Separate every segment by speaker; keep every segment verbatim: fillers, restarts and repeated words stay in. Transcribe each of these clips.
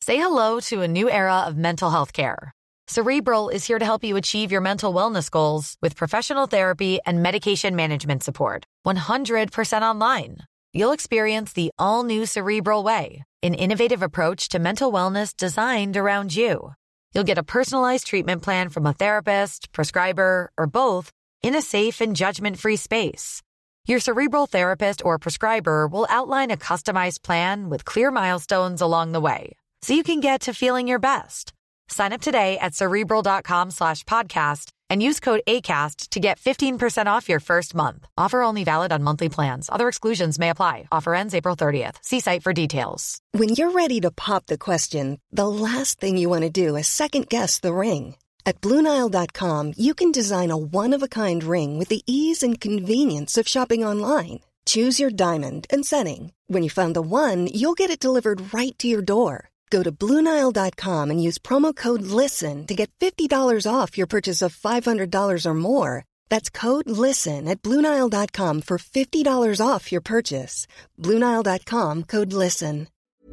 Speaker 1: Say hello to a new era of mental health care. Cerebral is here to help you achieve your mental wellness goals with professional therapy and medication management support. one hundred percent online. You'll experience the all-new Cerebral Way, an innovative approach to mental wellness designed around you. You'll get a personalized treatment plan from a therapist, prescriber, or both in a safe and judgment-free space. Your Cerebral therapist or prescriber will outline a customized plan with clear milestones along the way, so you can get to feeling your best. Sign up today at Cerebral.com slash podcast and use code ACAST to get fifteen percent off your first month. Offer only valid on monthly plans. Other exclusions may apply. Offer ends April thirtieth. See site for details.
Speaker 2: When you're ready to pop the question, the last thing you want to do is second-guess the ring. At Blue Nile dot com, you can design a one-of-a-kind ring with the ease and convenience of shopping online. Choose your diamond and setting. When you find the one, you'll get it delivered right to your door. Go to Blue Nile dot com and use promo code LISTEN to get fifty dollars off your purchase of five hundred dollars or more. That's code LISTEN at Blue Nile dot com for fifty dollars off your purchase. Blue Nile dot com, code LISTEN.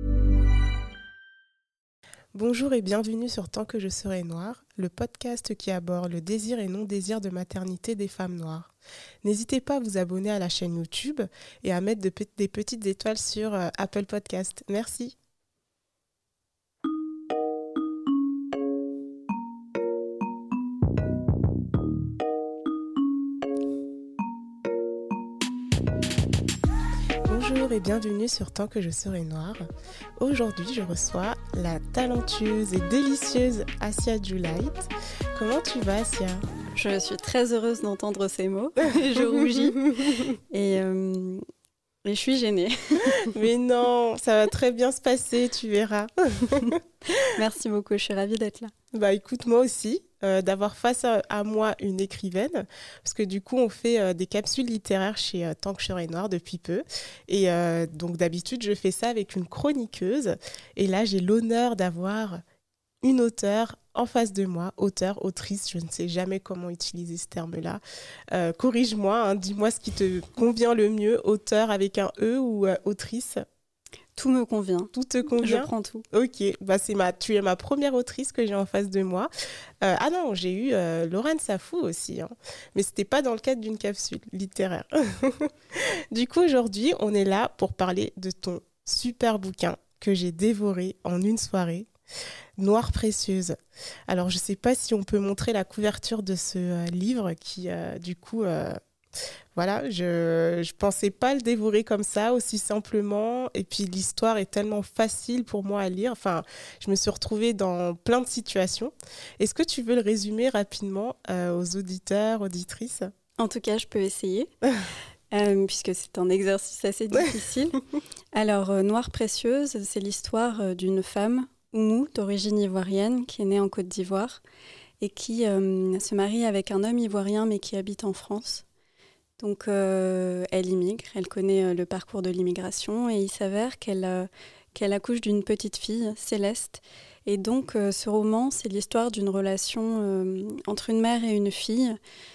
Speaker 3: Bonjour et bienvenue sur Tant que je serai noire, le podcast qui aborde le désir et non-désir de maternité des femmes noires. N'hésitez pas à vous abonner à la chaîne YouTube et à mettre de pe- des petites étoiles sur euh, Apple Podcast. Merci. Bonjour et bienvenue sur Tant que je serai noire. Aujourd'hui, je reçois la talentueuse et délicieuse Assia Julight. Comment tu vas, Assia ?
Speaker 4: Je suis très heureuse d'entendre ces mots. Je rougis et, euh, et je suis gênée.
Speaker 3: Mais non, ça va très bien se passer, tu verras.
Speaker 4: Merci beaucoup, je suis ravie d'être là.
Speaker 3: Bah écoute, moi aussi. Euh, d'avoir face à, à moi une écrivaine, parce que du coup on fait euh, des capsules littéraires chez euh, Tant que je serai noire depuis peu, et euh, donc d'habitude je fais ça avec une chroniqueuse, et là j'ai l'honneur d'avoir une auteure en face de moi, auteur, autrice, je ne sais jamais comment utiliser ce terme-là, euh, corrige-moi, hein, dis-moi ce qui te convient le mieux, auteur avec un E ou euh, autrice.
Speaker 4: Tout me convient.
Speaker 3: Tout te convient ?
Speaker 4: Je prends tout.
Speaker 3: Ok, bah c'est ma, tu es ma première autrice que j'ai en face de moi. Euh, ah non, j'ai eu euh, Lorraine Safou aussi, hein, mais ce n'était pas dans le cadre d'une capsule littéraire. Du coup, aujourd'hui, on est là pour parler de ton super bouquin que j'ai dévoré en une soirée, Noire précieuse. Alors, je ne sais pas si on peut montrer la couverture de ce euh, livre qui, euh, du coup... Euh, Voilà, je ne pensais pas le dévorer comme ça, aussi simplement. Et puis l'histoire est tellement facile pour moi à lire. Enfin, je me suis retrouvée dans plein de situations. Est-ce que tu veux le résumer rapidement euh, aux auditeurs, auditrices ?
Speaker 4: En tout cas, je peux essayer, euh, puisque c'est un exercice assez difficile. Alors, euh, Noire précieuse, c'est l'histoire euh, d'une femme, Oumou, d'origine ivoirienne, qui est née en Côte d'Ivoire et qui euh, se marie avec un homme ivoirien, mais qui habite en France. Donc, euh, elle immigre, elle connaît euh, le parcours de l'immigration et il s'avère qu'elle, euh, qu'elle accouche d'une petite fille, Céleste. Et donc, euh, ce roman, c'est l'histoire d'une relation euh, entre une mère et une fille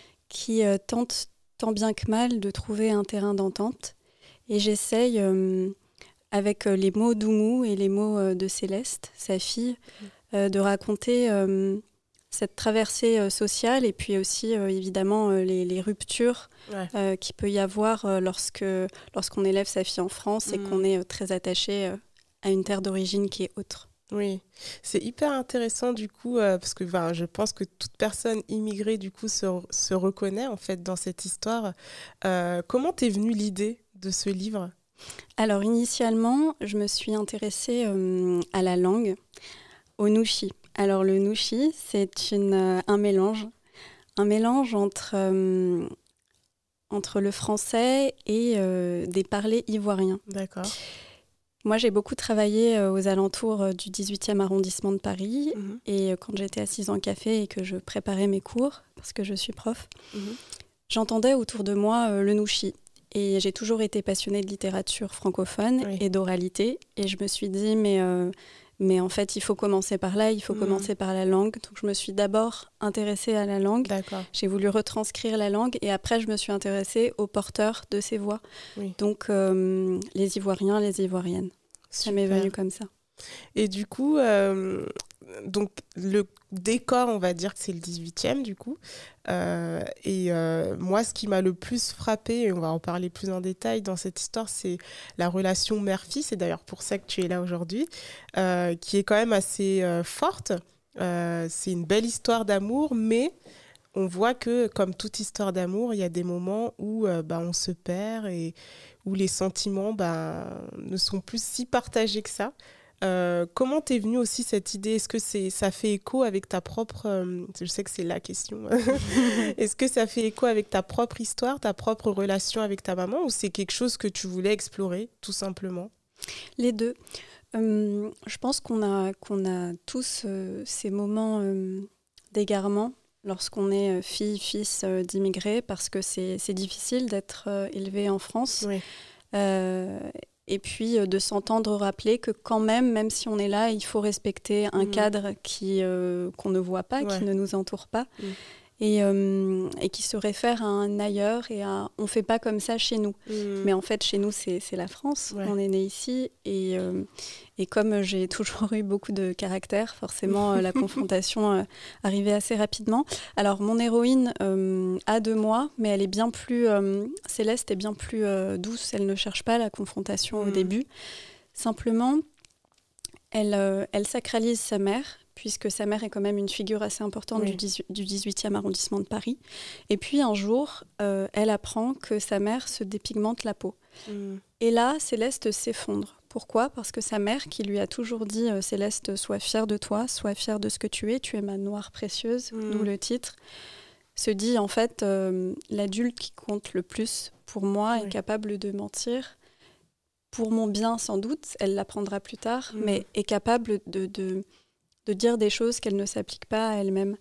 Speaker 4: qui euh, tente tant bien que mal de trouver un terrain d'entente. Et j'essaye, euh, avec euh, les mots d'Oumou et les mots euh, de Céleste, sa fille, euh, de raconter... Euh, cette traversée euh, sociale et puis aussi euh, évidemment euh, les, les ruptures ouais. euh, qu'il peut y avoir euh, lorsque, lorsqu'on élève sa fille en France mmh. et qu'on est euh, très attaché euh, à une terre d'origine qui est autre.
Speaker 3: Oui, c'est hyper intéressant du coup euh, parce que ben, je pense que toute personne immigrée du coup se, se reconnaît en fait dans cette histoire. Euh, comment t'es venue l'idée de ce livre ?
Speaker 4: Alors initialement, je me suis intéressée euh, à la langue, au nushi. Alors le nushi, c'est une, euh, un mélange, un mélange entre, euh, entre le français et euh, des parlers ivoiriens.
Speaker 3: D'accord.
Speaker 4: Moi, j'ai beaucoup travaillé euh, aux alentours euh, du dix-huitième arrondissement de Paris. Mmh. Et euh, quand j'étais assise en café et que je préparais mes cours, parce que je suis prof, mmh. j'entendais autour de moi euh, le nushi. Et j'ai toujours été passionnée de littérature francophone oui. et d'oralité. Et je me suis dit, mais... Euh, Mais en fait, il faut commencer par là, il faut mmh. commencer par la langue. Donc, je me suis d'abord intéressée à la langue.
Speaker 3: D'accord.
Speaker 4: J'ai voulu retranscrire la langue et après, je me suis intéressée aux porteurs de ces voix. Oui. Donc, euh, les Ivoiriens, les Ivoiriennes. Super. Ça m'est venu comme ça.
Speaker 3: Et du coup, euh, donc le décor, on va dire que c'est le dix-huitième du coup. Euh, et euh, moi, ce qui m'a le plus frappé, et on va en parler plus en détail dans cette histoire, c'est la relation mère-fille. C'est d'ailleurs pour ça que tu es là aujourd'hui, euh, qui est quand même assez euh, forte. Euh, c'est une belle histoire d'amour, mais on voit que, comme toute histoire d'amour, il y a des moments où euh, bah, on se perd et où les sentiments bah, ne sont plus si partagés que ça. Euh, comment t'es venue aussi cette idée ? Est-ce que c'est, ça fait écho avec ta propre... Euh, je sais que c'est la question. Est-ce que ça fait écho avec ta propre histoire, ta propre relation avec ta maman, ou c'est quelque chose que tu voulais explorer, tout simplement ?
Speaker 4: Les deux. Euh, je pense qu'on a, qu'on a tous euh, ces moments euh, d'égarement lorsqu'on est euh, fille, fils euh, d'immigrés, parce que c'est, c'est difficile d'être euh, élevé en France.
Speaker 3: Oui.
Speaker 4: Euh, et puis euh, de s'entendre rappeler que quand même, même si on est là, il faut respecter un mmh. cadre qui, euh, qu'on ne voit pas, ouais. qui ne nous entoure pas. Mmh. Et, euh, et qui se réfère à un ailleurs et à on ne fait pas comme ça chez nous. Mmh. Mais en fait, chez nous, c'est, c'est la France. Ouais. On est né ici. Et, euh, et comme j'ai toujours eu beaucoup de caractère, forcément, la confrontation euh, arrivait assez rapidement. Alors, mon héroïne euh, a deux mois, mais elle est bien plus... Euh, Céleste est bien plus euh, douce. Elle ne cherche pas la confrontation mmh. au début. Simplement, elle, euh, elle sacralise sa mère, puisque sa mère est quand même une figure assez importante oui. du dix-huitième arrondissement de Paris. Et puis un jour, euh, elle apprend que sa mère se dépigmente la peau. Mm. Et là, Céleste s'effondre. Pourquoi ? Parce que sa mère, qui lui a toujours dit euh, « Céleste, sois fière de toi, sois fière de ce que tu es, tu es ma noire précieuse mm. », d'où le titre, se dit en fait euh, « L'adulte qui compte le plus pour moi oui. est capable de mentir ». Pour mon bien, sans doute, elle l'apprendra plus tard, mm. mais est capable de... de de dire des choses qu'elle ne s'applique pas à elle-même.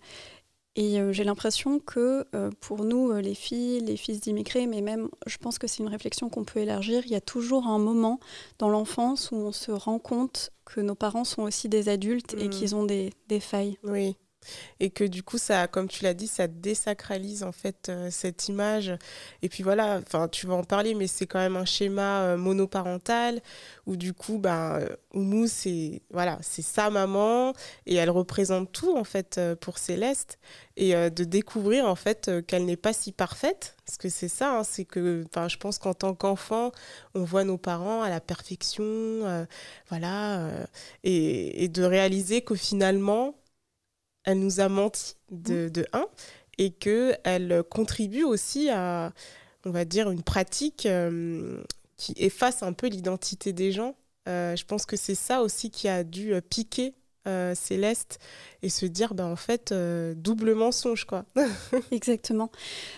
Speaker 4: Et euh, j'ai l'impression que euh, pour nous, euh, les filles, les fils d'immigrés, mais même, je pense que c'est une réflexion qu'on peut élargir, il y a toujours un moment dans l'enfance où on se rend compte que nos parents sont aussi des adultes mmh. et qu'ils ont des, des failles.
Speaker 3: Oui. Et que du coup, ça, comme tu l'as dit, ça désacralise en fait euh, cette image. Et puis voilà, enfin, tu vas en parler, mais c'est quand même un schéma euh, monoparental où du coup, bah, euh, Oumou, c'est voilà, c'est sa maman et elle représente tout en fait euh, pour Céleste. Et euh, de découvrir en fait euh, qu'elle n'est pas si parfaite, parce que c'est ça, hein, c'est que, enfin, je pense qu'en tant qu'enfant, on voit nos parents à la perfection, euh, voilà, euh, et, et de réaliser qu'au finalement elle nous a menti de, de un et qu'elle contribue aussi à, on va dire, une pratique euh, qui efface un peu l'identité des gens. Euh, je pense que c'est ça aussi qui a dû piquer euh, Céleste et se dire, ben, en fait, euh, double mensonge, quoi.
Speaker 4: Exactement.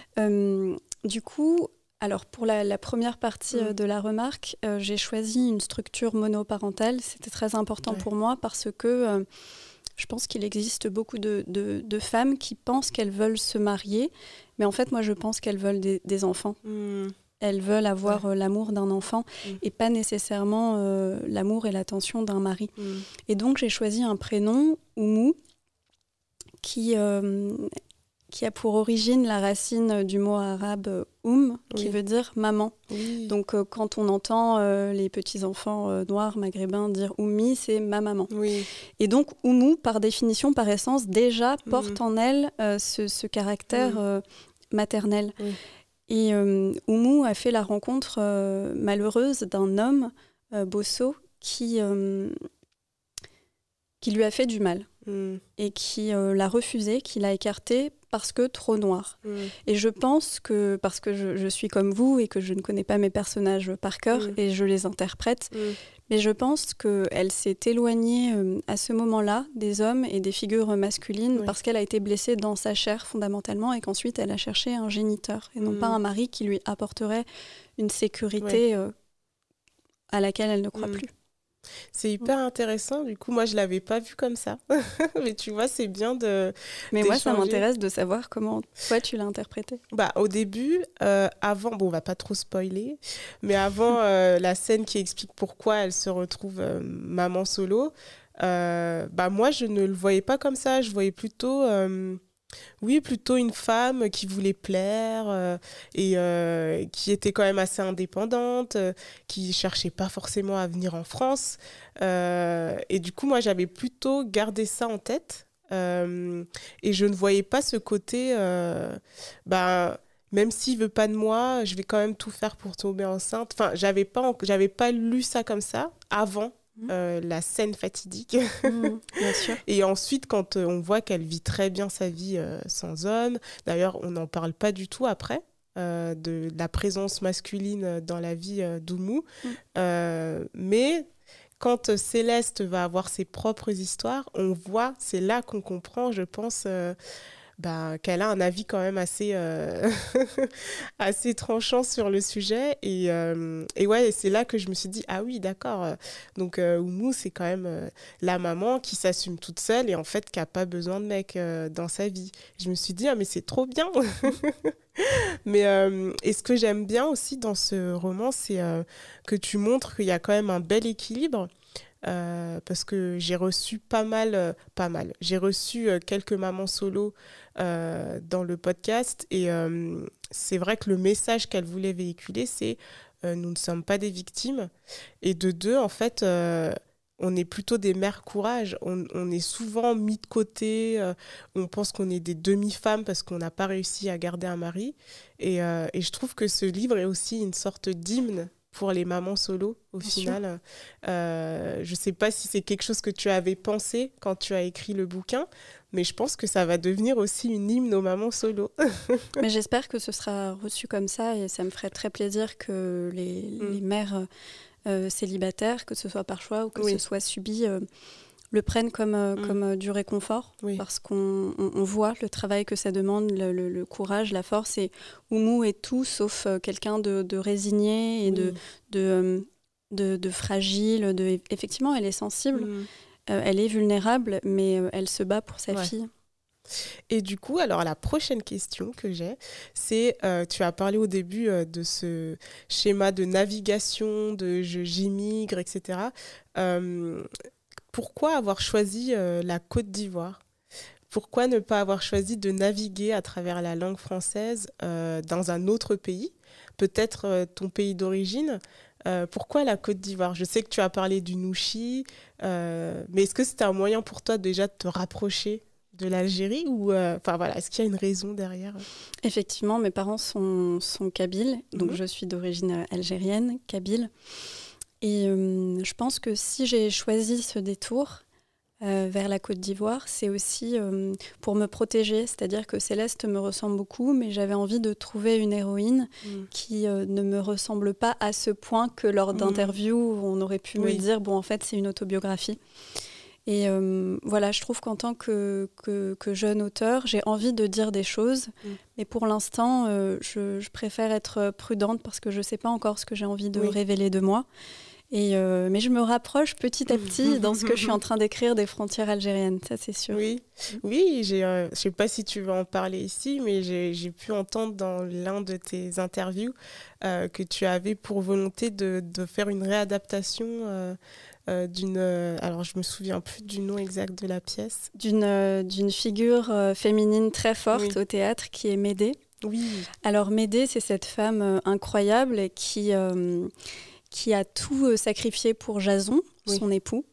Speaker 4: Euh, du coup, alors pour la, la première partie mmh. de la remarque, euh, j'ai choisi une structure monoparentale. C'était très important ouais. pour moi parce que... Euh, je pense qu'il existe beaucoup de, de, de femmes qui pensent qu'elles veulent se marier, mais en fait, moi, je pense qu'elles veulent des, des enfants. Mmh. Elles veulent avoir ouais. euh, l'amour d'un enfant mmh. et pas nécessairement euh, l'amour et l'attention d'un mari. Mmh. Et donc, j'ai choisi un prénom, Oumou, qui, euh, qui a pour origine la racine du mot arabe « oum », qui oui. veut dire « maman oui. ». Donc, euh, quand on entend euh, les petits-enfants euh, noirs maghrébins dire « oumi », c'est « ma maman oui. ». Et donc, Oumou, par définition, par essence, déjà porte mmh. en elle euh, ce, ce caractère mmh. euh, maternel. Oui. Et euh, Oumou a fait la rencontre euh, malheureuse d'un homme, euh, Bosso, qui, euh, qui lui a fait du mal. Mmh. Et qui euh, l'a refusé, qui l'a écarté parce que trop noir. Mmh. Et je pense que, parce que je, je suis comme vous et que je ne connais pas mes personnages par cœur mmh. et je les interprète, mmh. mais je pense qu'elle s'est éloignée euh, à ce moment-là des hommes et des figures masculines oui. parce qu'elle a été blessée dans sa chair fondamentalement et qu'ensuite elle a cherché un géniteur et non mmh. pas un mari qui lui apporterait une sécurité oui. euh, à laquelle elle ne croit mmh. plus.
Speaker 3: C'est hyper intéressant, du coup moi je l'avais pas vu comme ça, mais tu vois c'est bien de
Speaker 4: Mais d'échanger. Moi ça m'intéresse de savoir comment toi tu l'as interprété.
Speaker 3: Bah au début, euh, avant, bon on va pas trop spoiler, mais avant euh, la scène qui explique pourquoi elle se retrouve euh, maman solo, euh, bah moi je ne le voyais pas comme ça, je voyais plutôt euh, Oui, plutôt une femme qui voulait plaire euh, et euh, qui était quand même assez indépendante, euh, qui cherchait pas forcément à venir en France. Euh, et du coup, moi, j'avais plutôt gardé ça en tête. Euh, et je ne voyais pas ce côté, euh, ben, même s'il veut pas de moi, je vais quand même tout faire pour tomber enceinte. Enfin, j'avais pas, en- j'avais pas lu ça comme ça avant.
Speaker 4: Mmh.
Speaker 3: euh, la scène fatidique.
Speaker 4: Mmh, bien sûr.
Speaker 3: Et ensuite, quand euh, on voit qu'elle vit très bien sa vie euh, sans homme, d'ailleurs, on n'en parle pas du tout après, euh, de la présence masculine dans la vie euh, d'Oumou.
Speaker 4: Mm.
Speaker 3: Euh, mais quand euh, Céleste va avoir ses propres histoires, on voit, c'est là qu'on comprend, je pense, euh, bah, qu'elle a un avis quand même assez, euh, assez tranchant sur le sujet. Et, euh, et ouais, c'est là que je me suis dit, ah oui, d'accord. euh, Donc, euh, Oumou, c'est quand même euh, la maman qui s'assume toute seule et en fait, qui n'a pas besoin de mec euh, dans sa vie. Je me suis dit, ah, mais c'est trop bien. Mais, euh, et ce que j'aime bien aussi dans ce roman, c'est euh, que tu montres qu'il y a quand même un bel équilibre. Euh, parce que j'ai reçu pas mal, euh, pas mal, j'ai reçu euh, quelques mamans solo euh, dans le podcast et euh, c'est vrai que le message qu'elle voulait véhiculer, c'est euh, nous ne sommes pas des victimes et de deux, en fait, euh, on est plutôt des mères courage, on, on est souvent mis de côté, euh, on pense qu'on est des demi-femmes parce qu'on n'a pas réussi à garder un mari et, euh, et je trouve que ce livre est aussi une sorte d'hymne pour les mamans solo, au
Speaker 4: Bien
Speaker 3: final. Euh, je ne sais pas si c'est quelque chose que tu avais pensé quand tu as écrit le bouquin, mais je pense que ça va devenir aussi une hymne aux mamans solo.
Speaker 4: Mais j'espère que ce sera reçu comme ça et ça me ferait très plaisir que les,
Speaker 3: Mm.
Speaker 4: les mères euh, célibataires, que ce soit par choix ou que
Speaker 3: Oui.
Speaker 4: ce soit subi, euh, le prennent comme, euh,
Speaker 3: Mm.
Speaker 4: comme euh, du réconfort,
Speaker 3: Oui.
Speaker 4: parce qu'on on, on voit le travail que ça demande, le, le- le courage, la force. Et Oumou est tout sauf euh, quelqu'un de, de résigné et de,
Speaker 3: Oui.
Speaker 4: de, euh, de, de fragile. De... Effectivement, elle est sensible,
Speaker 3: Mm.
Speaker 4: euh, elle est vulnérable, mais euh, elle se bat pour sa
Speaker 3: Ouais.
Speaker 4: fille.
Speaker 3: Et du coup, alors la prochaine question que j'ai, c'est, euh, tu as parlé au début euh, de ce schéma de navigation, de je- j'immigre, et cetera. Euh, pourquoi avoir choisi euh, la Côte d'Ivoire ? Pourquoi ne pas avoir choisi de naviguer à travers la langue française euh, dans un autre pays, peut-être euh, ton pays d'origine? Euh, pourquoi la Côte d'Ivoire? Je sais que tu as parlé du Nouchi, euh, mais est-ce que c'était un moyen pour toi déjà de te rapprocher de l'Algérie ou euh, enfin voilà, est-ce qu'il y a une raison derrière?
Speaker 4: Effectivement, mes parents sont, sont kabyles, donc
Speaker 3: Mhm.
Speaker 4: je suis d'origine euh, algérienne, kabyle. Et euh, je pense que si j'ai choisi ce détour euh, vers la Côte d'Ivoire, c'est aussi euh, pour me protéger. C'est-à-dire que Céleste me ressemble beaucoup, mais j'avais envie de trouver une héroïne
Speaker 3: Mm.
Speaker 4: qui euh, ne me ressemble pas à ce point que lors
Speaker 3: Mm.
Speaker 4: d'interviews, on aurait pu
Speaker 3: Oui.
Speaker 4: me dire, bon, en fait, c'est une autobiographie. Et euh, voilà, je trouve qu'en tant que, que, que jeune auteur, j'ai envie de dire des choses,
Speaker 3: Mm.
Speaker 4: mais pour l'instant, euh, je, je préfère être prudente parce que je ne sais pas encore ce que j'ai envie de
Speaker 3: Oui.
Speaker 4: révéler de moi. Et euh, mais je me rapproche petit à petit dans ce que je suis en train d'écrire des frontières algériennes, ça c'est sûr.
Speaker 3: Oui, oui, j'ai, euh, je ne sais pas si tu veux en parler ici, mais j'ai, j'ai pu entendre dans l'un de tes interviews euh, que tu avais pour volonté de, de faire une réadaptation euh, euh, d'une... euh, alors, je me souviens plus du nom exact de la pièce.
Speaker 4: D'une, euh, d'une figure euh, féminine très forte
Speaker 3: Oui.
Speaker 4: au théâtre qui est Médée.
Speaker 3: Oui,
Speaker 4: Alors Médée, c'est cette femme euh, incroyable qui, euh, qui a tout euh, sacrifié pour Jason,
Speaker 3: Oui.
Speaker 4: son époux.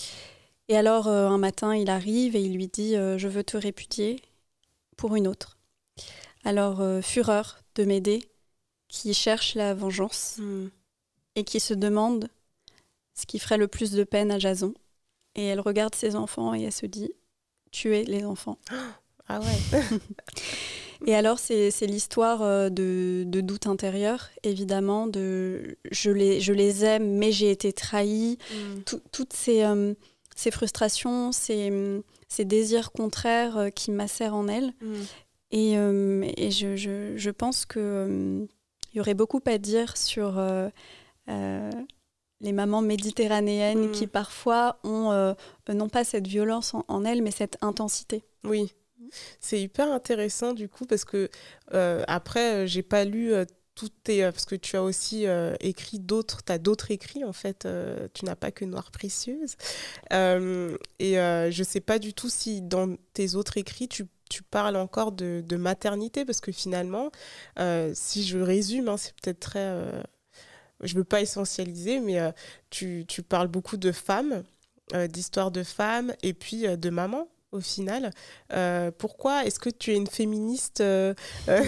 Speaker 4: Et alors euh, un matin, il arrive et il lui dit euh, « Je veux te répudier pour une autre ». Alors euh, fureur de Médée qui cherche la vengeance
Speaker 3: Mm.
Speaker 4: et qui se demande ce qui ferait le plus de peine à Jason. Et elle regarde ses enfants et elle se dit « Tuer les enfants ».
Speaker 3: Ah ouais.
Speaker 4: Et alors, c'est, c'est l'histoire euh, de, de doute intérieur, évidemment, de je les, je les aime, mais j'ai été trahie.
Speaker 3: Mm.
Speaker 4: Tout- toutes ces, euh, ces frustrations, ces, ces désirs contraires euh, qui macèrent en elle.
Speaker 3: Mm.
Speaker 4: Et, euh, et je, je, je pense qu'il euh, y aurait beaucoup à dire sur euh, euh, les mamans méditerranéennes
Speaker 3: Mm.
Speaker 4: qui parfois ont, euh, non pas cette violence en, en elles, mais cette intensité.
Speaker 3: Oui, c'est hyper intéressant du coup parce que euh, après, euh, j'ai pas lu euh, tout est... Parce que tu as aussi euh, écrit d'autres... Tu as d'autres écrits, en fait. Euh, tu n'as pas que Noire précieuse. Euh, et euh, je ne sais pas du tout si dans tes autres écrits, tu, tu parles encore de, de maternité. Parce que finalement, euh, si je résume, hein, c'est peut-être très... Euh, je ne veux pas essentialiser, mais euh, tu, tu parles beaucoup de femmes, euh, d'histoires de femmes, et puis euh, de maman. Au final, euh, pourquoi est-ce que tu es une féministe euh, euh,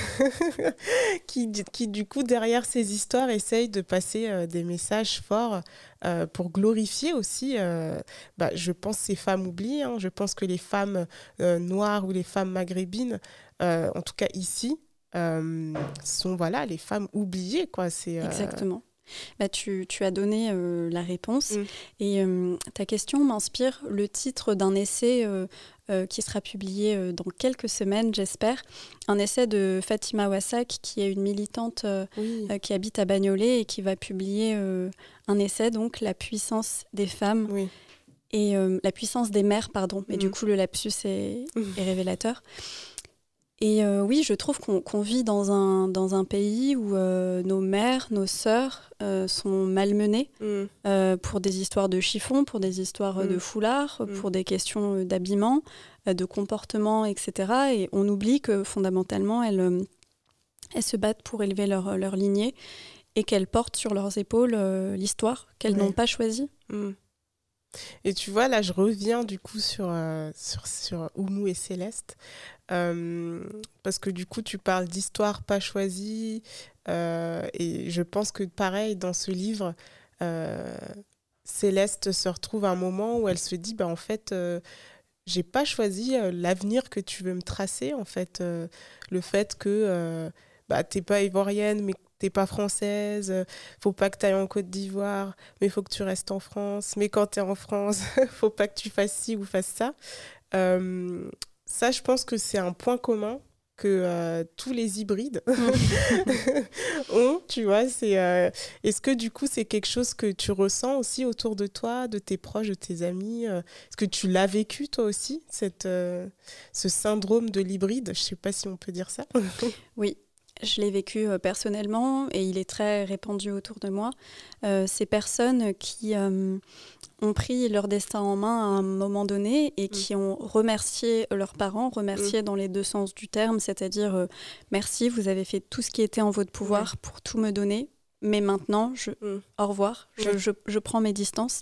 Speaker 3: qui, qui, du coup, derrière ces histoires, essaye de passer euh, des messages forts euh, pour glorifier aussi, euh, bah, je pense, ces femmes oubliées. Hein. Je pense que les femmes euh, noires ou les femmes maghrébines, euh, en tout cas ici, euh, sont voilà, les femmes oubliées. Quoi. C'est, euh...
Speaker 4: Exactement. Bah, tu, tu as donné euh, la réponse
Speaker 3: Mm.
Speaker 4: et euh, ta question m'inspire le titre d'un essai euh, euh, qui sera publié euh, dans quelques semaines, j'espère. Un essai de Fatima Wassak, qui est une militante euh,
Speaker 3: oui.
Speaker 4: euh, qui habite à Bagnolet et qui va publier euh, un essai, donc La puissance des femmes
Speaker 3: Oui.
Speaker 4: et euh, la puissance des mères, pardon. Mais
Speaker 3: Mm.
Speaker 4: du coup, le lapsus est, est révélateur. Et euh, oui, je trouve qu'on, qu'on vit dans un, dans un pays où euh, nos mères, nos sœurs euh, sont malmenées
Speaker 3: Mm.
Speaker 4: euh, pour des histoires de chiffon, pour des histoires euh,
Speaker 3: Mm.
Speaker 4: de foulard,
Speaker 3: Mm.
Speaker 4: pour des questions euh, d'habillement, euh, de comportement, et cetera. Et on oublie que fondamentalement, elles, euh, elles se battent pour élever leur, leur lignée et qu'elles portent sur leurs épaules euh, l'histoire qu'elles
Speaker 3: Ouais.
Speaker 4: n'ont pas choisie.
Speaker 3: Mm. Et tu vois, là, je reviens du coup sur, euh, sur, sur Oumou et Céleste. Euh, parce que du coup, tu parles d'histoire pas choisie. Euh, et je pense que pareil, dans ce livre, euh, Céleste se retrouve à un moment où elle se dit, bah, en fait, euh, j'ai pas choisi euh, l'avenir que tu veux me tracer. En fait, euh, le fait que euh, bah, t'es pas ivoirienne, mais t'es pas française, euh, faut pas que tu ailles en Côte d'Ivoire, mais faut que tu restes en France. Mais quand tu es en France, faut pas que tu fasses ci ou fasses ça. Euh, ça, je pense que c'est un point commun que euh, tous les hybrides ont, tu vois. C'est, euh, est-ce que du coup, c'est quelque chose que tu ressens aussi autour de toi, de tes proches, de tes amis euh, Est-ce que tu l'as vécu toi aussi, cette, euh, ce syndrome de l'hybride? Je sais pas si on peut dire ça.
Speaker 4: Oui. Je l'ai vécu euh, personnellement et il est très répandu autour de moi. Euh, ces personnes qui euh, ont pris leur destin en main à un moment donné et qui mmh. ont remercié leurs parents, remercié mmh. dans les deux sens du terme, c'est-à-dire euh, merci, vous avez fait tout ce qui était en votre pouvoir ouais. pour tout me donner, mais maintenant, je... mmh. au revoir, je, ouais. je, je prends mes distances.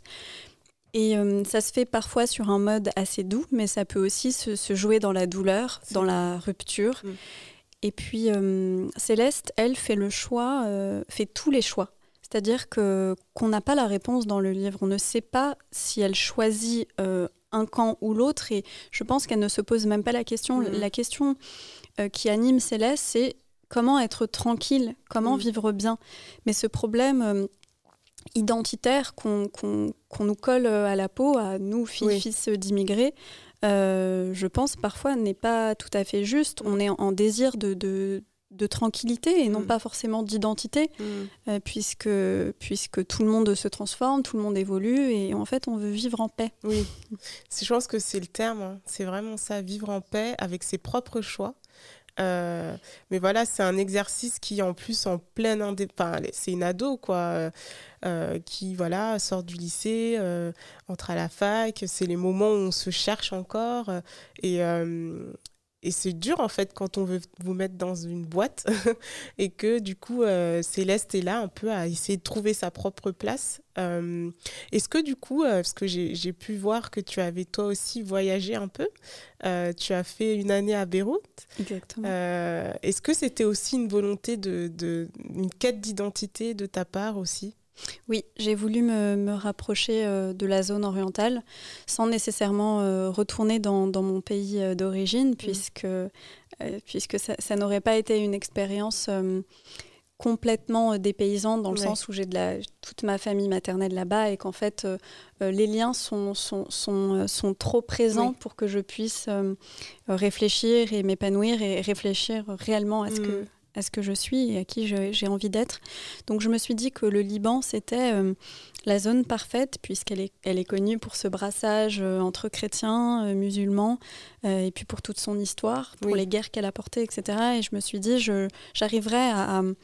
Speaker 4: Et euh, ça se fait parfois sur un mode assez doux, mais ça peut aussi se, se jouer dans la douleur, C'est dans vrai. la rupture. Mmh. Et puis, euh, Céleste, elle, fait le choix, euh, fait tous les choix. C'est-à-dire que, qu'on n'a pas la réponse dans le livre. On ne sait pas si elle choisit euh, un camp ou l'autre. Et je pense qu'elle ne se pose même pas la question. Mmh. La question euh, qui anime Céleste, c'est comment être tranquille, comment mmh. vivre bien. Mais ce problème euh, identitaire qu'on, qu'on, qu'on nous colle à la peau, à nous, filles, oui. fils d'immigrés, Euh, je pense parfois n'est pas tout à fait juste. On est en, en désir de, de, de tranquillité et non mm. pas forcément d'identité, mm. euh, puisque, puisque tout le monde se transforme, tout le monde évolue et en fait on veut vivre en paix.
Speaker 3: Oui, je pense que c'est le terme, hein. C'est vraiment ça, vivre en paix avec ses propres choix. Euh, mais voilà, c'est un exercice qui en plus en pleine indé... enfin, c'est une ado quoi, euh, qui voilà sort du lycée, euh, entre à la fac. C'est les moments où on se cherche encore et euh, et c'est dur en fait quand on veut vous mettre dans une boîte et que du coup euh, Céleste est là un peu à essayer de trouver sa propre place. Euh, est-ce que du coup, euh, parce que j'ai, j'ai pu voir que tu avais toi aussi voyagé un peu, euh, tu as fait une année à Beyrouth.
Speaker 4: Exactement.
Speaker 3: Euh, est-ce que c'était aussi une volonté, de, de, une quête d'identité de ta part aussi ?
Speaker 4: Oui, j'ai voulu me, me rapprocher euh, de la zone orientale sans nécessairement euh, retourner dans, dans mon pays euh, d'origine, mmh. puisque, euh, puisque ça, ça n'aurait pas été une expérience euh, complètement dépaysante dans le ouais. sens où j'ai de la, toute ma famille maternelle là-bas et qu'en fait euh, les liens sont, sont, sont, sont trop présents oui. pour que je puisse euh, réfléchir et m'épanouir et réfléchir réellement à ce mmh. que... à ce que je suis et à qui je, j'ai envie d'être. Donc je me suis dit que le Liban, c'était euh, la zone parfaite, puisqu'elle est, elle est connue pour ce brassage euh, entre chrétiens, euh, musulmans, euh, et puis pour toute son histoire, pour oui. les guerres qu'elle a portées, et cetera. Et je me suis dit, je, j'arriverai à, à,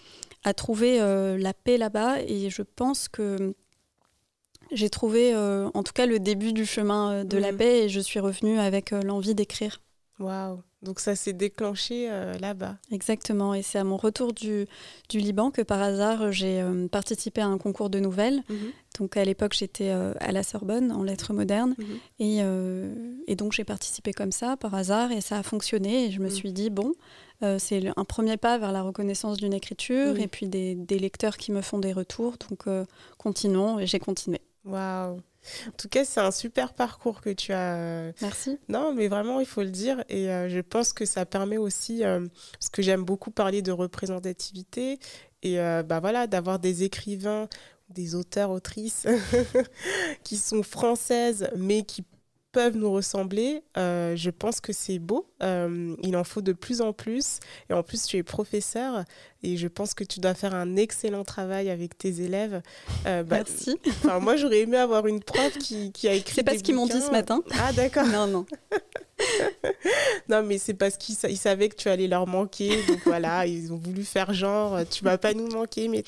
Speaker 4: à trouver euh, la paix là-bas. Et je pense que j'ai trouvé, euh, en tout cas, le début du chemin de mmh. la paix et je suis revenue avec euh, l'envie d'écrire.
Speaker 3: Waouh! Donc ça s'est déclenché euh, là-bas.
Speaker 4: Exactement. Et c'est à mon retour du, du Liban que par hasard, j'ai euh, participé à un concours de nouvelles. Mmh. Donc à l'époque, j'étais euh, à la Sorbonne, en lettres modernes. Mmh. Et, euh, et donc j'ai participé comme ça, par hasard, et ça a fonctionné. Et je me mmh. suis dit, bon, euh, c'est un premier pas vers la reconnaissance d'une écriture, mmh. et puis des, des lecteurs qui me font des retours. Donc euh, continuons, et j'ai continué.
Speaker 3: Waouh! En tout cas, c'est un super parcours que tu as.
Speaker 4: Merci.
Speaker 3: Non, mais vraiment, il faut le dire. Et euh, je pense que ça permet aussi, euh, parce que j'aime beaucoup parler de représentativité, et euh, bah voilà, d'avoir des écrivains, des auteurs, autrices qui sont françaises, mais qui peuvent nous ressembler. Euh, je pense que c'est beau. Euh, il en faut de plus en plus. Et en plus, tu es professeur et je pense que tu dois faire un excellent travail avec tes élèves.
Speaker 4: Euh, bah, Merci.
Speaker 3: Moi, j'aurais aimé avoir une prof qui, qui a écrit
Speaker 4: C'est pas
Speaker 3: des
Speaker 4: ce qu'ils
Speaker 3: bouquins.
Speaker 4: m'ont dit ce matin.
Speaker 3: Ah, d'accord.
Speaker 4: Non, non.
Speaker 3: Non, mais c'est parce qu'ils ils savaient que tu allais leur manquer. Donc voilà, ils ont voulu faire genre, tu vas pas nous manquer. Mais,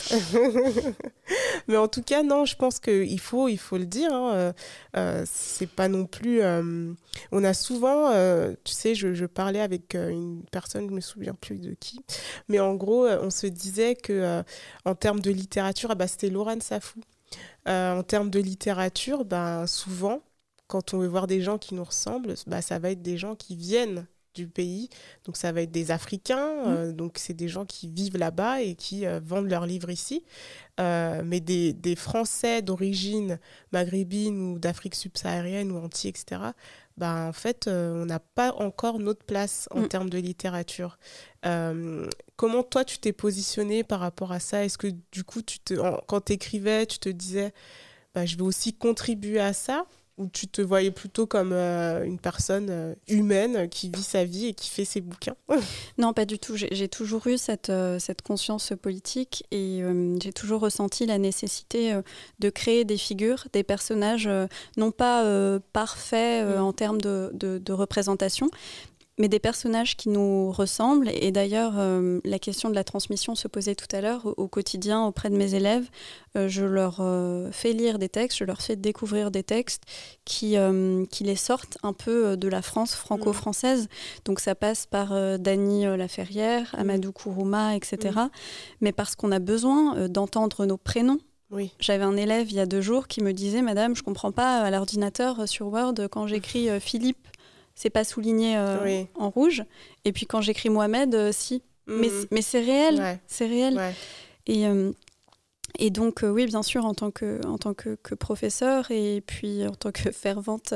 Speaker 3: mais en tout cas, non, je pense qu'il faut, il faut le dire. Hein, euh, c'est pas non plus... Euh, on a souvent, euh, tu sais, je, je parlais avec euh, une personne, je me souviens plus de qui, mais en gros, on se disait que euh, en termes de littérature, ah bah, c'était Laurent Safou. Euh, en termes de littérature, bah, souvent, quand on veut voir des gens qui nous ressemblent, bah, ça va être des gens qui viennent du pays. Donc, ça va être des Africains. Mmh. Euh, donc, c'est des gens qui vivent là-bas et qui euh, vendent leurs livres ici. Euh, mais des, des Français d'origine maghrébine ou d'Afrique subsaharienne ou anti, et cetera, bah, en fait, euh, on n'a pas encore notre place en mmh. termes de littérature. Euh, comment, toi, tu t'es positionné par rapport à ça? Est-ce que, du coup, tu te, en, quand tu écrivais, tu te disais bah, « je vais aussi contribuer à ça » ou tu te voyais plutôt comme euh, une personne euh, humaine qui vit sa vie et qui fait ses bouquins?
Speaker 4: Non, pas du tout. J'ai, j'ai toujours eu cette, euh, cette conscience politique et euh, j'ai toujours ressenti la nécessité euh, de créer des figures, des personnages euh, non pas euh, parfaits euh, mmh. en termes de, de, de représentation, mais des personnages qui nous ressemblent. Et d'ailleurs, euh, la question de la transmission se posait tout à l'heure. Au, au quotidien, auprès de mes élèves, euh, je leur euh, fais lire des textes, je leur fais découvrir des textes qui, euh, qui les sortent un peu de la France franco-française. Donc ça passe par euh, Dany euh, Laferrière, Amadou Kourouma, et cetera. Mmh. Mais parce qu'on a besoin euh, d'entendre nos prénoms. Oui. J'avais un élève il y a deux jours qui me disait « Madame, je ne comprends pas à l'ordinateur euh, sur Word quand j'écris euh, Philippe ». C'est pas souligné euh, oui. en rouge. Et puis quand j'écris Mohamed, euh, si. Mmh. Mais, mais c'est réel. Ouais. C'est réel. Ouais. Et, euh, et donc, euh, oui, bien sûr, en tant que, en tant que, que professeur et puis en tant que fervente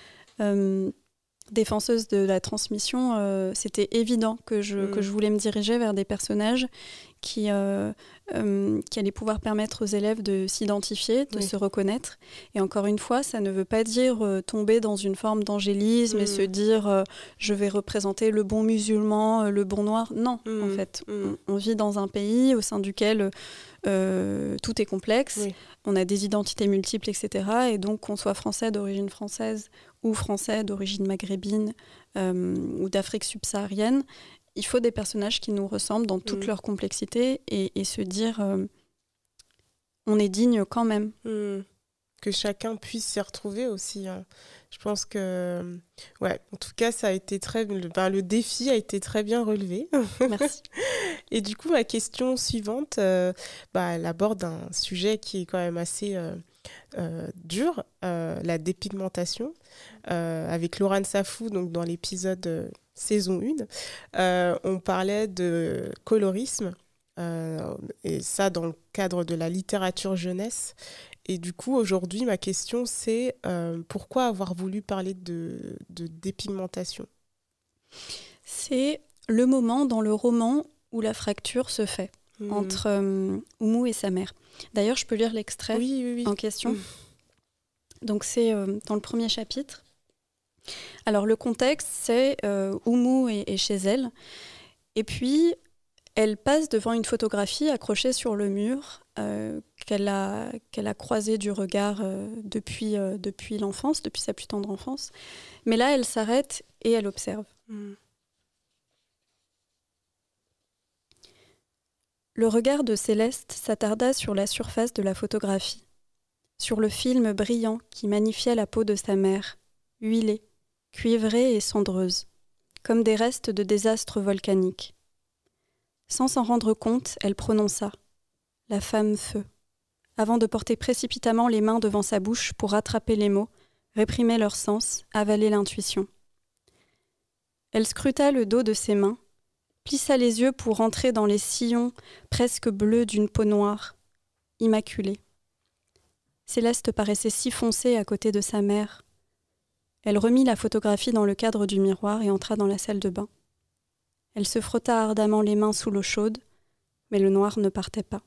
Speaker 4: euh, défenseuse de la transmission, euh, c'était évident que je, mmh. que je voulais me diriger vers des personnages qui, euh, euh, qui allaient pouvoir permettre aux élèves de s'identifier, de oui. se reconnaître. Et encore une fois, ça ne veut pas dire euh, tomber dans une forme d'angélisme mmh. et se dire euh, je vais représenter le bon musulman, euh, le bon noir. Non, mmh. en fait. Mmh. On, on vit dans un pays au sein duquel euh, tout est complexe. Oui. On a des identités multiples, et cetera. Et donc, qu'on soit français d'origine française ou français d'origine maghrébine euh, ou d'Afrique subsaharienne, il faut des personnages qui nous ressemblent dans toute mmh. leur complexité et, et se dire euh, on est digne quand même.
Speaker 3: Mmh. Que chacun puisse s'y retrouver aussi. Hein. Je pense que, ouais, en tout cas, ça a été très, le, ben, le défi a été très bien relevé.
Speaker 4: Merci.
Speaker 3: Et du coup, ma question suivante, euh, bah, elle aborde un sujet qui est quand même assez euh, euh, dur, euh, la dépigmentation, euh, avec Laurent Safou, donc dans l'épisode euh, saison un, euh, on parlait de colorisme, euh, et ça dans le cadre de la littérature jeunesse. Et du coup, aujourd'hui, ma question, c'est euh, pourquoi avoir voulu parler de, de dépigmentation?
Speaker 4: C'est le moment dans le roman où la fracture se fait mmh. entre euh, Oumou et sa mère. D'ailleurs, je peux lire l'extrait
Speaker 3: oui, oui, oui.
Speaker 4: en question. Mmh. Donc, c'est euh, dans le premier chapitre. Alors, le contexte, c'est euh, Oumou est, est chez elle. Et puis, elle passe devant une photographie accrochée sur le mur euh, qu'elle a, qu'elle a croisée du regard euh, depuis, euh, depuis l'enfance, depuis sa plus tendre enfance. Mais là, elle s'arrête et elle observe. Mmh. Le regard de Céleste s'attarda sur la surface de la photographie, sur le film brillant qui magnifiait la peau de sa mère, huilée, cuivrée et cendreuse, comme des restes de désastres volcaniques. Sans s'en rendre compte, elle prononça « La femme feu », avant de porter précipitamment les mains devant sa bouche pour rattraper les mots, réprimer leur sens, avaler l'intuition. Elle scruta le dos de ses mains, plissa les yeux pour entrer dans les sillons presque bleus d'une peau noire, immaculée. Céleste paraissait si foncée à côté de sa mère. Elle remit la photographie dans le cadre du miroir et entra dans la salle de bain. Elle se frotta ardemment les mains sous l'eau chaude, mais le noir ne partait pas.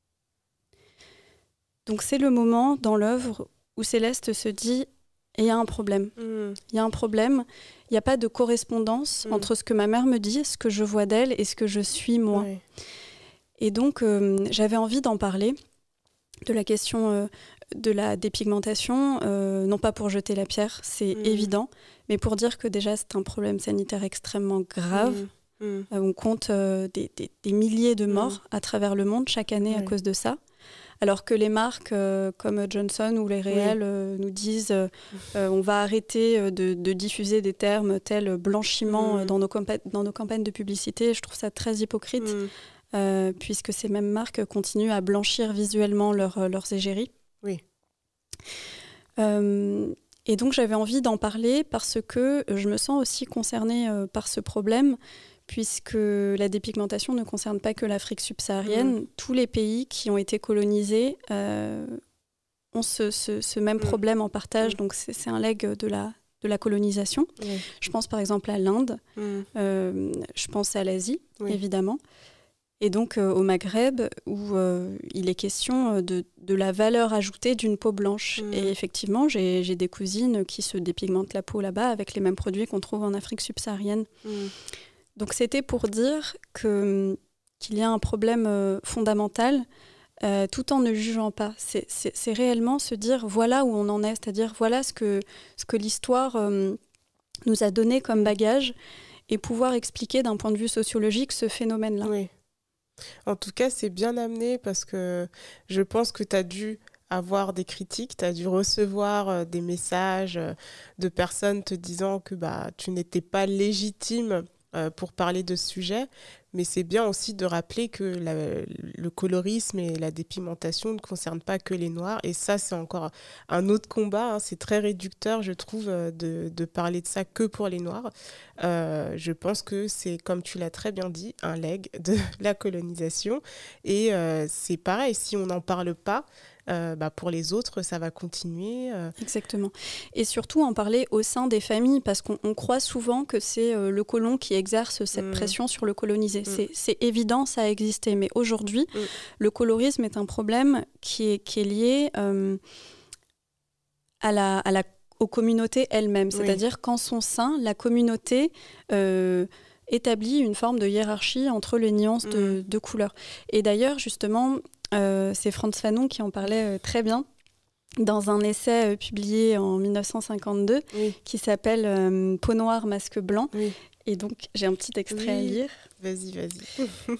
Speaker 4: Donc c'est le moment dans l'œuvre où Céleste se dit « il y a un problème, il mmh. y a un problème, il n'y a pas de correspondance mmh. entre ce que ma mère me dit, ce que je vois d'elle et ce que je suis moi. Ouais. » Et donc euh, j'avais envie d'en parler, de la question euh, de la dépigmentation, euh, non pas pour jeter la pierre, c'est mmh. évident, mais pour dire que déjà c'est un problème sanitaire extrêmement grave. Mmh. Mmh. Euh, on compte euh, des, des, des milliers de morts mmh. à travers le monde chaque année ouais. à cause de ça. Alors que les marques euh, comme Johnson ou les Réels oui. euh, nous disent euh, euh, on va arrêter de, de diffuser des termes tels blanchiment mmh. euh, dans, nos compa- dans nos campagnes de publicité, je trouve ça très hypocrite, mmh. euh, puisque ces mêmes marques continuent à blanchir visuellement leur, leurs égéries.
Speaker 3: Oui.
Speaker 4: Euh, et donc j'avais envie d'en parler parce que je me sens aussi concernée euh, par ce problème, puisque la dépigmentation ne concerne pas que l'Afrique subsaharienne. Mmh. Tous les pays qui ont été colonisés euh, ont ce, ce, ce même mmh. problème en partage, mmh. donc c'est, c'est un legs de la, de la colonisation. Mmh. Je pense par exemple à l'Inde, mmh. euh, je pense à l'Asie, oui. évidemment, et donc euh, au Maghreb, où euh, il est question de, de la valeur ajoutée d'une peau blanche. Mmh. Et effectivement, j'ai, j'ai des cousines qui se dépigmentent la peau là-bas avec les mêmes produits qu'on trouve en Afrique subsaharienne. Mmh. Donc c'était pour dire que, qu'il y a un problème euh, fondamental, euh, tout en ne jugeant pas. C'est, c'est, c'est réellement se dire voilà où on en est, c'est-à-dire voilà ce que, ce que l'histoire euh, nous a donné comme bagage et pouvoir expliquer d'un point de vue sociologique ce phénomène-là.
Speaker 3: Oui. En tout cas, c'est bien amené parce que je pense que tu as dû avoir des critiques, tu as dû recevoir euh, des messages euh, de personnes te disant que bah, tu n'étais pas légitime Euh, pour parler de ce sujet, mais c'est bien aussi de rappeler que la, le colorisme et la dépigmentation ne concernent pas que les Noirs, et ça c'est encore un autre combat, hein. C'est très réducteur je trouve de, de parler de ça que pour les Noirs. Euh, je pense que c'est, comme tu l'as très bien dit, un legs de la colonisation, et euh, c'est pareil, si on n'en parle pas, Euh, bah pour les autres, ça va continuer. Euh...
Speaker 4: Exactement. Et surtout en parler au sein des familles, parce qu'on on croit souvent que c'est euh, le colon qui exerce cette mmh. pression sur le colonisé. Mmh. C'est, c'est évident, ça a existé. Mais aujourd'hui, mmh. le colorisme est un problème qui est, qui est lié euh, à la, à la, aux communautés elles-mêmes. C'est-à-dire oui. qu'en son sein, la communauté... Euh, établit une forme de hiérarchie entre les nuances mmh. de, de couleurs. Et d'ailleurs, justement, euh, c'est Frantz Fanon qui en parlait euh, très bien dans un essai euh, publié en dix-neuf cent cinquante-deux oui. qui s'appelle euh, « Peau noire, masque blanc oui. ». Et donc, j'ai un petit extrait oui. à lire.
Speaker 3: Vas-y, vas-y.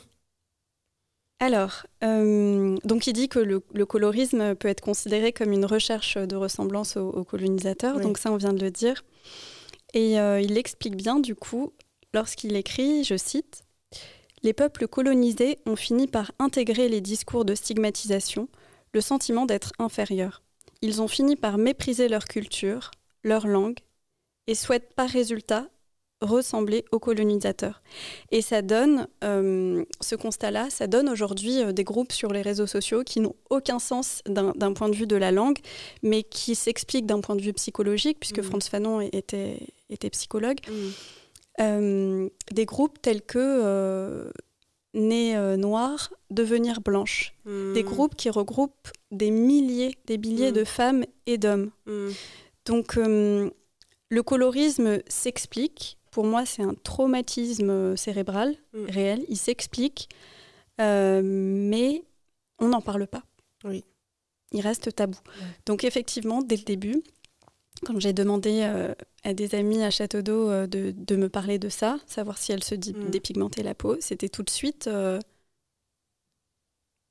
Speaker 4: Alors, euh, donc il dit que le, le colorisme peut être considéré comme une recherche de ressemblance aux, aux colonisateurs. Oui. Donc ça, on vient de le dire. Et euh, il explique bien, du coup, lorsqu'il écrit, je cite, « Les peuples colonisés ont fini par intégrer les discours de stigmatisation, le sentiment d'être inférieurs. Ils ont fini par mépriser leur culture, leur langue, et souhaitent par résultat ressembler aux colonisateurs. » Et ça donne, euh, ce constat-là, ça donne aujourd'hui euh, des groupes sur les réseaux sociaux qui n'ont aucun sens d'un, d'un point de vue de la langue, mais qui s'expliquent d'un point de vue psychologique, puisque mmh. Frantz Fanon était, était psychologue. Mmh. Euh, des groupes tels que euh, Nés euh, noirs, devenir blanches. Mmh. Des groupes qui regroupent des milliers, des milliers mmh. de femmes et d'hommes. Mmh. Donc, euh, le colorisme s'explique. Pour moi, c'est un traumatisme cérébral mmh. réel. Il s'explique, euh, mais on n'en parle pas.
Speaker 3: Oui.
Speaker 4: Il reste tabou. Ouais. Donc, effectivement, dès le début, quand j'ai demandé euh, à des amies à Château d'Eau euh, de, de me parler de ça, savoir si elles se di- mmh. dépigmentaient la peau, c'était tout de suite euh,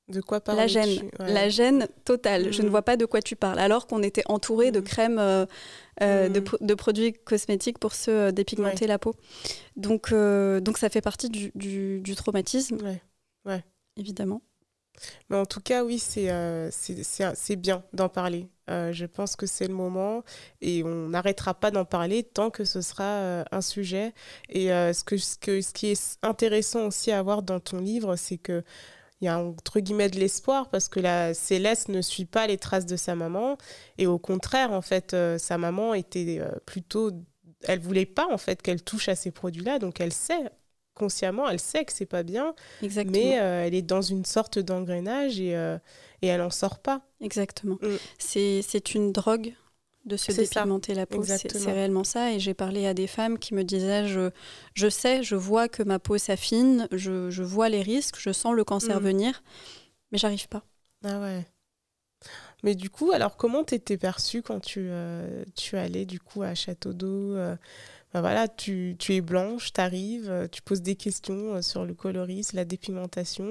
Speaker 3: De quoi parler?
Speaker 4: La gêne, ouais. La gêne totale. Mmh. Je ne vois pas de quoi tu parles. Alors qu'on était entouré mmh. de crèmes, euh, euh, mmh. de, de produits cosmétiques pour se euh, dépigmenter ouais. la peau. Donc, euh, donc ça fait partie du, du, du traumatisme,
Speaker 3: ouais. Ouais.
Speaker 4: évidemment.
Speaker 3: Mais en tout cas, oui, c'est, euh, c'est, c'est, c'est bien d'en parler. Euh, je pense que c'est le moment et on n'arrêtera pas d'en parler tant que ce sera euh, un sujet. Et euh, ce, que, ce, que, ce qui est intéressant aussi à voir dans ton livre, c'est que il y a entre guillemets de l'espoir parce que la Céleste ne suit pas les traces de sa maman et au contraire en fait euh, sa maman était euh, plutôt, elle voulait pas en fait qu'elle touche à ces produits-là, donc elle sait consciemment, elle sait que c'est pas bien. Exactement. Mais euh, elle est dans une sorte d'engrenage et euh, et elle en sort pas.
Speaker 4: Exactement. Mm. C'est c'est une drogue de se c'est dépigmenter ça. La peau, c'est, c'est réellement ça. Et j'ai parlé à des femmes qui me disaient, je, je sais, je vois que ma peau s'affine, je, je vois les risques, je sens le cancer mmh. venir, mais j'arrive pas.
Speaker 3: Ah ouais. Mais du coup, alors comment t'étais perçue quand tu, euh, tu allais du coup à Château d'Eau euh, ben voilà, tu, tu es blanche, t'arrives, tu poses des questions sur le colorisme, la dépigmentation.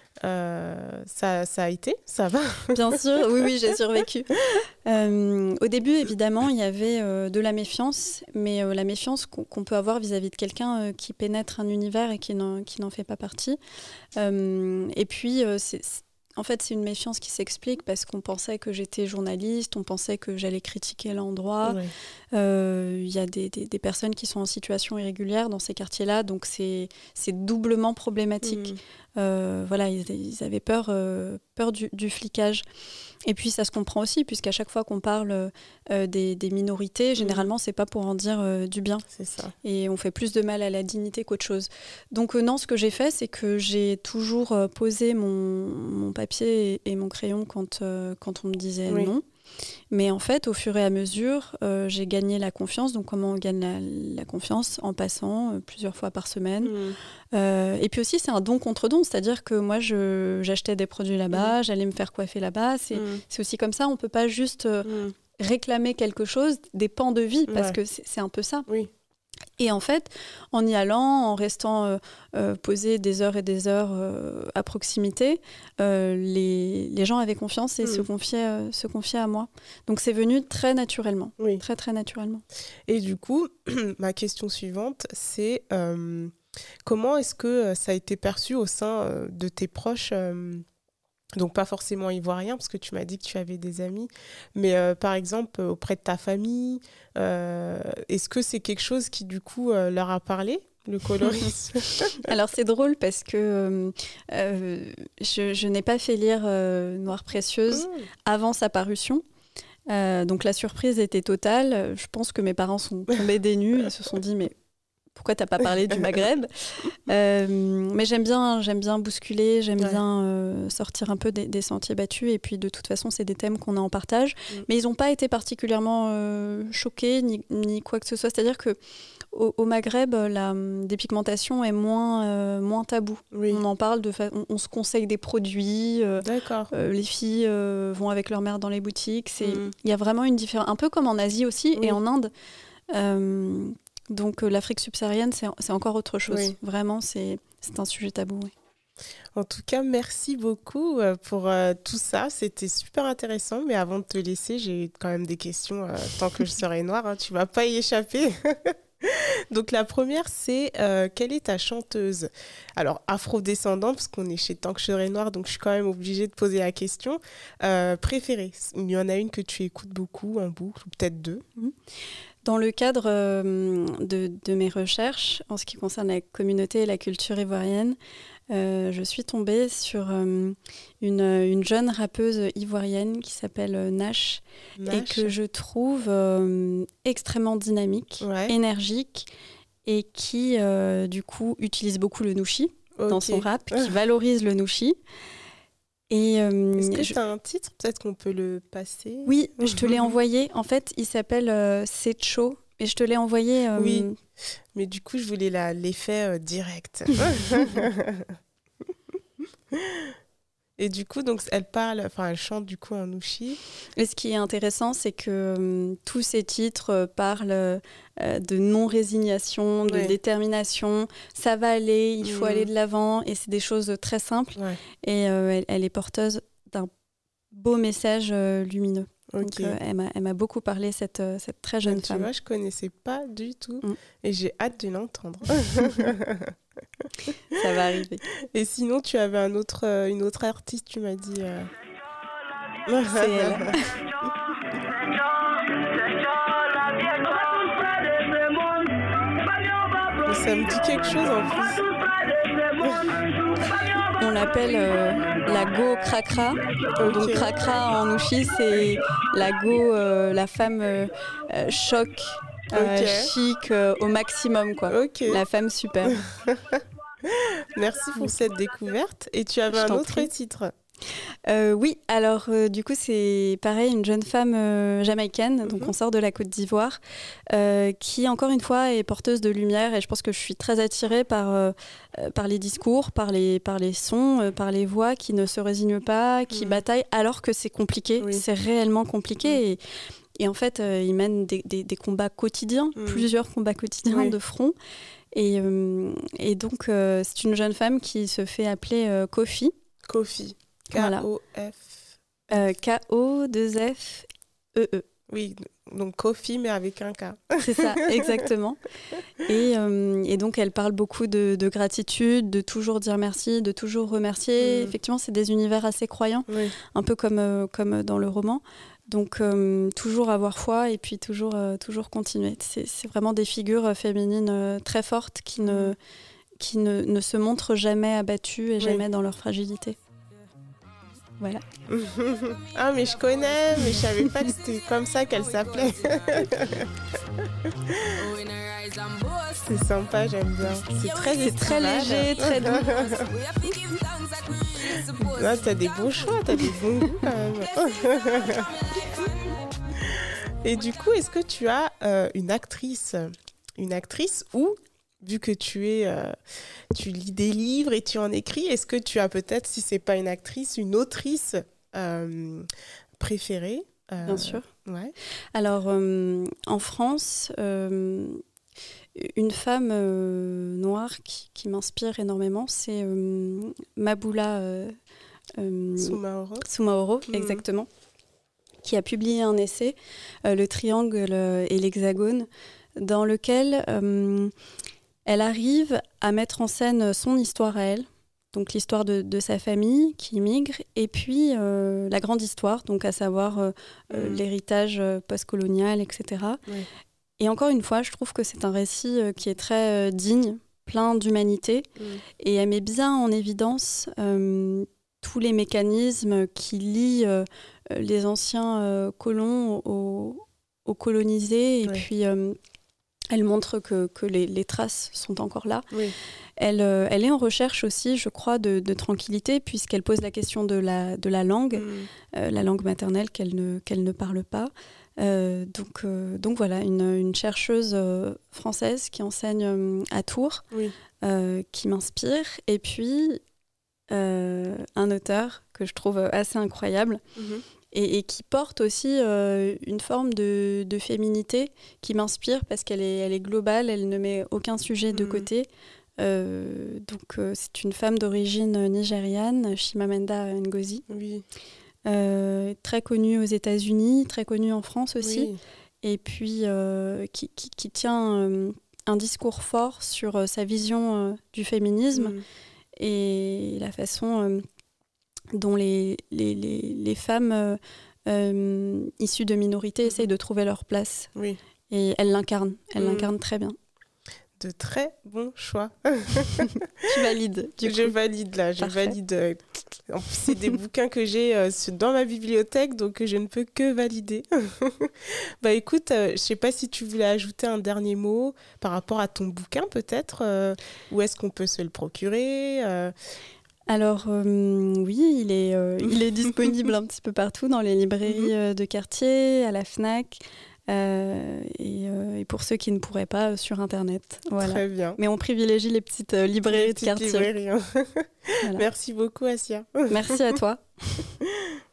Speaker 3: Euh, ça, ça a été, ça va?
Speaker 4: Bien sûr, oui, oui, j'ai survécu. Euh, au début, évidemment, il y avait euh, de la méfiance, mais euh, la méfiance qu'on, qu'on peut avoir vis-à-vis de quelqu'un euh, qui pénètre un univers et qui n'en, qui n'en fait pas partie. Euh, et puis, euh, c'est, c'est, en fait, c'est une méfiance qui s'explique parce qu'on pensait que j'étais journaliste, on pensait que j'allais critiquer l'endroit. Il ouais. euh, y a des, des, des personnes qui sont en situation irrégulière dans ces quartiers-là, donc c'est, c'est doublement problématique. Mmh. Euh, voilà, ils, ils avaient peur, euh, peur du, du flicage. Et puis ça se comprend aussi, puisqu'à chaque fois qu'on parle euh, des, des minorités, généralement, mmh. c'est pas pour en dire euh, du bien.
Speaker 3: C'est ça.
Speaker 4: Et on fait plus de mal à la dignité qu'autre chose. Donc euh, non, ce que j'ai fait, c'est que j'ai toujours euh, posé mon, mon papier et, et mon crayon quand, euh, quand on me disait oui. non. Mais en fait, au fur et à mesure, euh, j'ai gagné la confiance. Donc, comment on gagne la, la confiance? En passant euh, plusieurs fois par semaine. Mmh. Euh, et puis aussi, c'est un don contre don. C'est-à-dire que moi, je, j'achetais des produits là-bas, mmh. j'allais me faire coiffer là-bas. C'est, mmh. c'est aussi comme ça. On ne peut pas juste euh, mmh. réclamer quelque chose, des pans de vie, parce ouais. que c'est, c'est un peu ça.
Speaker 3: Oui.
Speaker 4: Et en fait, en y allant, en restant euh, euh, posé des heures et des heures euh, à proximité, euh, les, les gens avaient confiance et mmh. se, confiaient, euh, se confiaient à moi. Donc c'est venu très naturellement, oui. très très naturellement.
Speaker 3: Et du coup, ma question suivante, c'est euh, comment est-ce que ça a été perçu au sein euh, de tes proches euh, donc pas forcément ivoirien, parce que tu m'as dit que tu avais des amis, mais euh, par exemple auprès de ta famille, euh, est-ce que c'est quelque chose qui du coup euh, leur a parlé, le colorisme?
Speaker 4: Alors c'est drôle parce que euh, je, je n'ai pas fait lire euh, Noire précieuse mmh. avant sa parution. Euh, donc la surprise était totale. Je pense que mes parents sont tombés des nues et se sont dit mais pourquoi t'as pas parlé du Maghreb? euh, Mais j'aime bien, j'aime bien bousculer, j'aime ouais. bien euh, sortir un peu des, des sentiers battus. Et puis de toute façon, c'est des thèmes qu'on a en partage. Mm. Mais ils n'ont pas été particulièrement euh, choqués ni, ni quoi que ce soit. C'est-à-dire que au, au Maghreb, la dépigmentation est moins, euh, moins tabou. Oui. On en parle, de fa- on, on se conseille des produits. Euh,
Speaker 3: D'accord.
Speaker 4: Euh, les filles euh, vont avec leur mère dans les boutiques. Il mm. y a vraiment une différence, un peu comme en Asie aussi oui. et en Inde. Euh, Donc euh, l'Afrique subsaharienne, c'est, c'est encore autre chose. Oui. Vraiment, c'est, c'est un sujet tabou. Oui.
Speaker 3: En tout cas, merci beaucoup euh, pour euh, tout ça. C'était super intéressant. Mais avant de te laisser, j'ai quand même des questions. Euh, tant que je serai noire, hein, tu ne vas pas y échapper. Donc la première, c'est euh, quelle est ta chanteuse? Alors, afro-descendante, parce qu'on est chez Tant que je serai noire, donc je suis quand même obligée de poser la question. Euh, préférée? Il y en a une que tu écoutes beaucoup, un boucle, ou peut-être deux.
Speaker 4: Mmh. Dans le cadre euh, de, de mes recherches, en ce qui concerne la communauté et la culture ivoirienne, euh, je suis tombée sur euh, une, une jeune rappeuse ivoirienne qui s'appelle Nash, Nash. Et que je trouve euh, extrêmement dynamique, ouais. énergique, et qui, euh, du coup, utilise beaucoup le nushi okay. dans son rap, qui valorise le nushi. Et euh,
Speaker 3: Est-ce que je... tu as un titre? Peut-être qu'on peut le passer.
Speaker 4: Oui, je te l'ai envoyé. En fait, il s'appelle euh, Secho. Et je te l'ai envoyé. Euh...
Speaker 3: Oui, mais du coup, je voulais la, l'effet euh, direct. Et du coup, donc, elle parle, enfin, elle chante du coup en Nushi.
Speaker 4: Et ce qui est intéressant, c'est que hum, tous ces titres euh, parlent euh, de non-résignation, de
Speaker 3: Ouais.
Speaker 4: détermination. Ça va aller, il faut
Speaker 3: Mhm.
Speaker 4: aller de l'avant. Et c'est des choses très simples.
Speaker 3: Ouais.
Speaker 4: Et euh, elle, elle est porteuse d'un beau message euh, lumineux.
Speaker 3: Ok.
Speaker 4: Donc, euh, elle, m'a, elle m'a beaucoup parlé, cette, euh, cette très jeune
Speaker 3: Ah, tu
Speaker 4: femme.
Speaker 3: vois, je connaissais pas du tout.
Speaker 4: Mm.
Speaker 3: Et j'ai hâte de l'entendre.
Speaker 4: Ça va arriver.
Speaker 3: Et sinon, tu avais un autre, euh, une autre artiste, tu m'as dit. euh.
Speaker 4: C'est elle.
Speaker 3: Mais ça me dit quelque chose en plus.
Speaker 4: On l'appelle euh, la go cracra.
Speaker 3: Ok.
Speaker 4: Donc cracra en Nushi, c'est la go, euh, la femme euh, euh, choc, euh,
Speaker 3: Ok.
Speaker 4: chic euh, au maximum, quoi.
Speaker 3: Ok.
Speaker 4: La femme super.
Speaker 3: Merci pour cette découverte. Et tu avais
Speaker 4: Je
Speaker 3: un
Speaker 4: t'en
Speaker 3: autre
Speaker 4: prie.
Speaker 3: titre.
Speaker 4: Euh, oui, alors euh, du coup c'est pareil, une jeune femme euh, jamaïcaine, donc
Speaker 3: Mhm.
Speaker 4: on sort de la Côte d'Ivoire, euh, qui encore une fois est porteuse de lumière, et je pense que je suis très attirée par, euh, euh, par les discours, par les, par les sons, euh, par les voix qui ne se résignent pas, qui
Speaker 3: Mhm.
Speaker 4: bataillent alors que c'est compliqué,
Speaker 3: Oui.
Speaker 4: c'est réellement compliqué. Et, et en fait euh, ils mènent des, des- des combats quotidiens,
Speaker 3: Mhm.
Speaker 4: plusieurs combats quotidiens
Speaker 3: Oui.
Speaker 4: de front. Et, euh, et donc euh, c'est une jeune femme qui se fait appeler euh, Kofi.
Speaker 3: Kofi.
Speaker 4: Voilà.
Speaker 3: K O F.
Speaker 4: Euh, K O deux F E E.
Speaker 3: Oui, donc Kofi, mais avec un K.
Speaker 4: C'est ça, exactement. Et, euh, et donc, elle parle beaucoup de, de gratitude, de toujours dire merci, de toujours remercier.
Speaker 3: Mm.
Speaker 4: Effectivement, c'est des univers assez croyants,
Speaker 3: Oui.
Speaker 4: un peu comme, euh, comme dans le roman. Donc, euh, toujours avoir foi et puis toujours, euh, toujours continuer. C'est, c'est vraiment des figures euh, féminines euh, très fortes qui, ne, qui ne, ne se montrent jamais abattues et
Speaker 3: Oui.
Speaker 4: jamais dans leur fragilité. Voilà.
Speaker 3: Ah, mais je connais, mais je savais pas que c'était comme ça qu'elle s'appelait. C'est sympa, j'aime bien. C'est très,
Speaker 4: C'est très
Speaker 3: estival.
Speaker 4: léger, très doux.
Speaker 3: Ah, t'as des bons choix, t'as des bons goûts quand même. Et du coup, est-ce que tu as euh, une actrice, une actrice ou, vu que tu es, euh, tu lis des livres et tu en écris, est-ce que tu as peut-être, si c'est pas une actrice, une autrice euh, préférée euh,
Speaker 4: Bien sûr.
Speaker 3: Ouais.
Speaker 4: Alors, euh, en France, euh, une femme euh, noire qui, qui m'inspire énormément, c'est euh, Maboula euh, euh,
Speaker 3: Soumaoro.
Speaker 4: Soumaoro,
Speaker 3: Mhm.
Speaker 4: exactement, qui a publié un essai, euh, Le triangle et l'hexagone, dans lequel euh, elle arrive à mettre en scène son histoire à elle, donc l'histoire de, de sa famille qui migre, et puis euh, la grande histoire, donc à savoir euh, euh,
Speaker 3: Mhm.
Speaker 4: l'héritage euh, postcolonial, et cetera.
Speaker 3: Oui.
Speaker 4: Et encore une fois, je trouve que c'est un récit euh, qui est très euh, digne, plein d'humanité,
Speaker 3: Mhm.
Speaker 4: et elle met bien en évidence euh, tous les mécanismes qui lient euh, les anciens euh, colons aux, aux colonisés, et
Speaker 3: Ouais.
Speaker 4: puis euh, elle montre que, que les, les traces sont encore là.
Speaker 3: Oui.
Speaker 4: Elle, euh, elle est en recherche aussi, je crois, de, de tranquillité, puisqu'elle pose la question de la, de la langue,
Speaker 3: Mhm.
Speaker 4: euh, la langue maternelle qu'elle ne, qu'elle ne parle pas. Euh, donc, euh, donc voilà, une, une chercheuse euh, française qui enseigne euh, à Tours,
Speaker 3: Oui.
Speaker 4: euh, qui m'inspire. Et puis, euh, un auteur que je trouve assez incroyable,
Speaker 3: Mhm.
Speaker 4: et, et qui porte aussi euh, une forme de, de féminité qui m'inspire parce qu'elle est, elle est globale, elle ne met aucun sujet de
Speaker 3: Mhm.
Speaker 4: côté. Euh, donc euh, c'est une femme d'origine nigériane, Chimamanda Ngozi,
Speaker 3: Oui.
Speaker 4: euh, très connue aux États-Unis, très connue en France aussi,
Speaker 3: Oui.
Speaker 4: et puis euh, qui, qui, qui tient euh, un discours fort sur euh, sa vision euh, du féminisme
Speaker 3: Mhm.
Speaker 4: et la façon euh, dont les, les, les, les femmes euh, euh, issues de minorités
Speaker 3: Mhm.
Speaker 4: essayent de trouver leur place.
Speaker 3: Oui.
Speaker 4: Et elle l'incarne, elle
Speaker 3: Mhm.
Speaker 4: l'incarne très bien.
Speaker 3: De très bons choix.
Speaker 4: Tu valides, du
Speaker 3: Je
Speaker 4: coup.
Speaker 3: valide là, je
Speaker 4: Parfait.
Speaker 3: valide. euh, En plus, c'est des bouquins que j'ai euh, sur- dans ma bibliothèque, donc euh, je ne peux que valider. Bah écoute, euh, je sais pas si tu voulais ajouter un dernier mot par rapport à ton bouquin peut-être. euh, où est-ce qu'on peut se le procurer euh,
Speaker 4: Alors euh, oui, il est, euh, il est disponible un petit peu partout, dans les librairies euh, de quartier, à la FNAC, Euh, et, euh, et pour ceux qui ne pourraient pas, euh, sur Internet. Voilà.
Speaker 3: Très bien.
Speaker 4: Mais on privilégie les petites euh, librairies
Speaker 3: Les
Speaker 4: de quartier.
Speaker 3: librairies, hein.
Speaker 4: Voilà.
Speaker 3: Merci beaucoup, Assia.
Speaker 4: Merci à toi.